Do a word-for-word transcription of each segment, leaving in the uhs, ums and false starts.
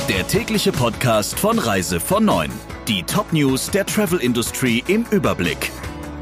Der tägliche Podcast von Reise von neun. Die Top-News der Travel-Industrie im Überblick.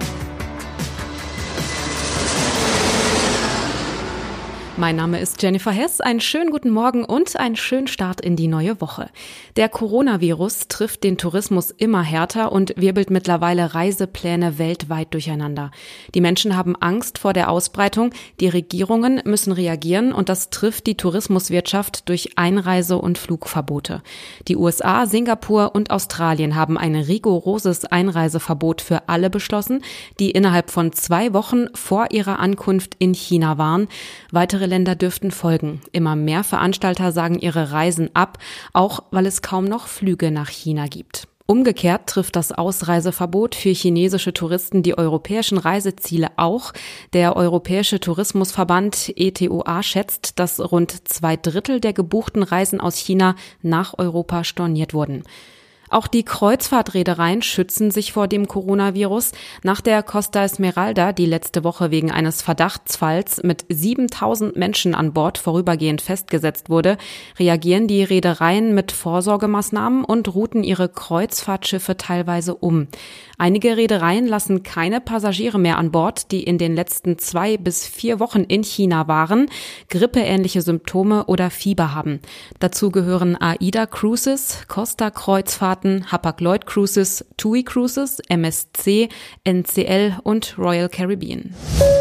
Mein Name ist Jennifer Hess. Einen schönen guten Morgen und einen schönen Start in die neue Woche. Der Coronavirus trifft den Tourismus immer härter und wirbelt mittlerweile Reisepläne weltweit durcheinander. Die Menschen haben Angst vor der Ausbreitung, die Regierungen müssen reagieren und das trifft die Tourismuswirtschaft durch Einreise- und Flugverbote. Die U S A, Singapur und Australien haben ein rigoroses Einreiseverbot für alle beschlossen, die innerhalb von zwei Wochen vor ihrer Ankunft in China waren. Weitere Länder dürften folgen. Immer mehr Veranstalter sagen ihre Reisen ab, auch weil es kaum noch Flüge nach China gibt. Umgekehrt trifft das Ausreiseverbot für chinesische Touristen die europäischen Reiseziele auch. Der Europäische Tourismusverband E T O A schätzt, dass rund zwei Drittel der gebuchten Reisen aus China nach Europa storniert wurden. Auch die Kreuzfahrtreedereien schützen sich vor dem Coronavirus. Nach der Costa Smeralda, die letzte Woche wegen eines Verdachtsfalls mit siebentausend Menschen an Bord vorübergehend festgesetzt wurde, reagieren die Reedereien mit Vorsorgemaßnahmen und routen ihre Kreuzfahrtschiffe teilweise um. Einige Reedereien lassen keine Passagiere mehr an Bord, die in den letzten zwei bis vier Wochen in China waren, grippeähnliche Symptome oder Fieber haben. Dazu gehören AIDA Cruises, Costa Kreuzfahrten, Hapag-Lloyd Cruises, TUI Cruises, M S C, N C L und Royal Caribbean.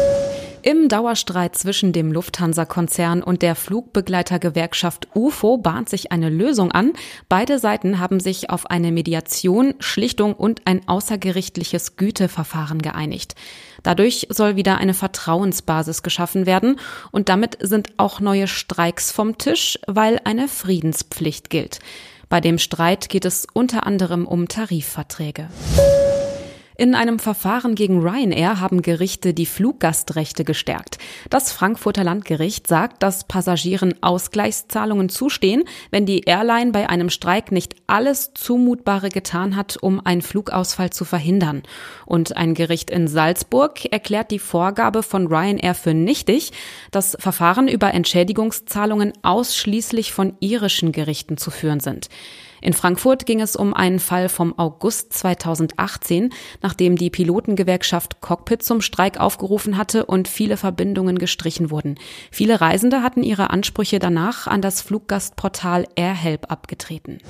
Im Dauerstreit zwischen dem Lufthansa-Konzern und der Flugbegleitergewerkschaft U F O bahnt sich eine Lösung an. Beide Seiten haben sich auf eine Mediation, Schlichtung und ein außergerichtliches Güteverfahren geeinigt. Dadurch soll wieder eine Vertrauensbasis geschaffen werden und damit sind auch neue Streiks vom Tisch, weil eine Friedenspflicht gilt. Bei dem Streit geht es unter anderem um Tarifverträge. In einem Verfahren gegen Ryanair haben Gerichte die Fluggastrechte gestärkt. Das Frankfurter Landgericht sagt, dass Passagieren Ausgleichszahlungen zustehen, wenn die Airline bei einem Streik nicht alles Zumutbare getan hat, um einen Flugausfall zu verhindern. Und ein Gericht in Salzburg erklärt die Vorgabe von Ryanair für nichtig, dass Verfahren über Entschädigungszahlungen ausschließlich von irischen Gerichten zu führen sind. In Frankfurt ging es um einen Fall vom August zweitausendachtzehn, nachdem die Pilotengewerkschaft Cockpit zum Streik aufgerufen hatte und viele Verbindungen gestrichen wurden. Viele Reisende hatten ihre Ansprüche danach an das Fluggastportal AirHelp abgetreten.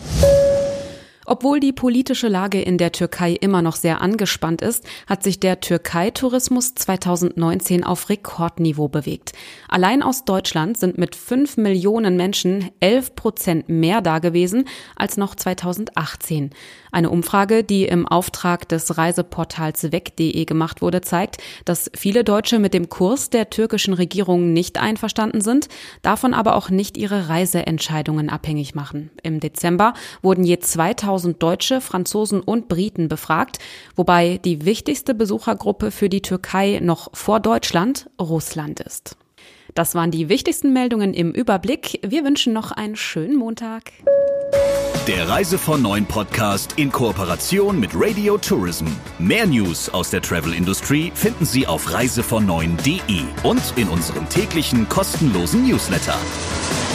Obwohl die politische Lage in der Türkei immer noch sehr angespannt ist, hat sich der Türkei-Tourismus zweitausendneunzehn auf Rekordniveau bewegt. Allein aus Deutschland sind mit fünf Millionen Menschen elf Prozent mehr dagewesen als noch zweitausendachtzehn. Eine Umfrage, die im Auftrag des Reiseportals weg punkt de gemacht wurde, zeigt, dass viele Deutsche mit dem Kurs der türkischen Regierung nicht einverstanden sind, davon aber auch nicht ihre Reiseentscheidungen abhängig machen. Im Dezember wurden je zweitausend Deutsche, Franzosen und Briten befragt, wobei die wichtigste Besuchergruppe für die Türkei noch vor Deutschland Russland ist. Das waren die wichtigsten Meldungen im Überblick. Wir wünschen noch einen schönen Montag. Der Reise von neun Podcast in Kooperation mit Radio Tourism. Mehr News aus der Travel-Industrie finden Sie auf reise von neun punkt de und in unserem täglichen kostenlosen Newsletter.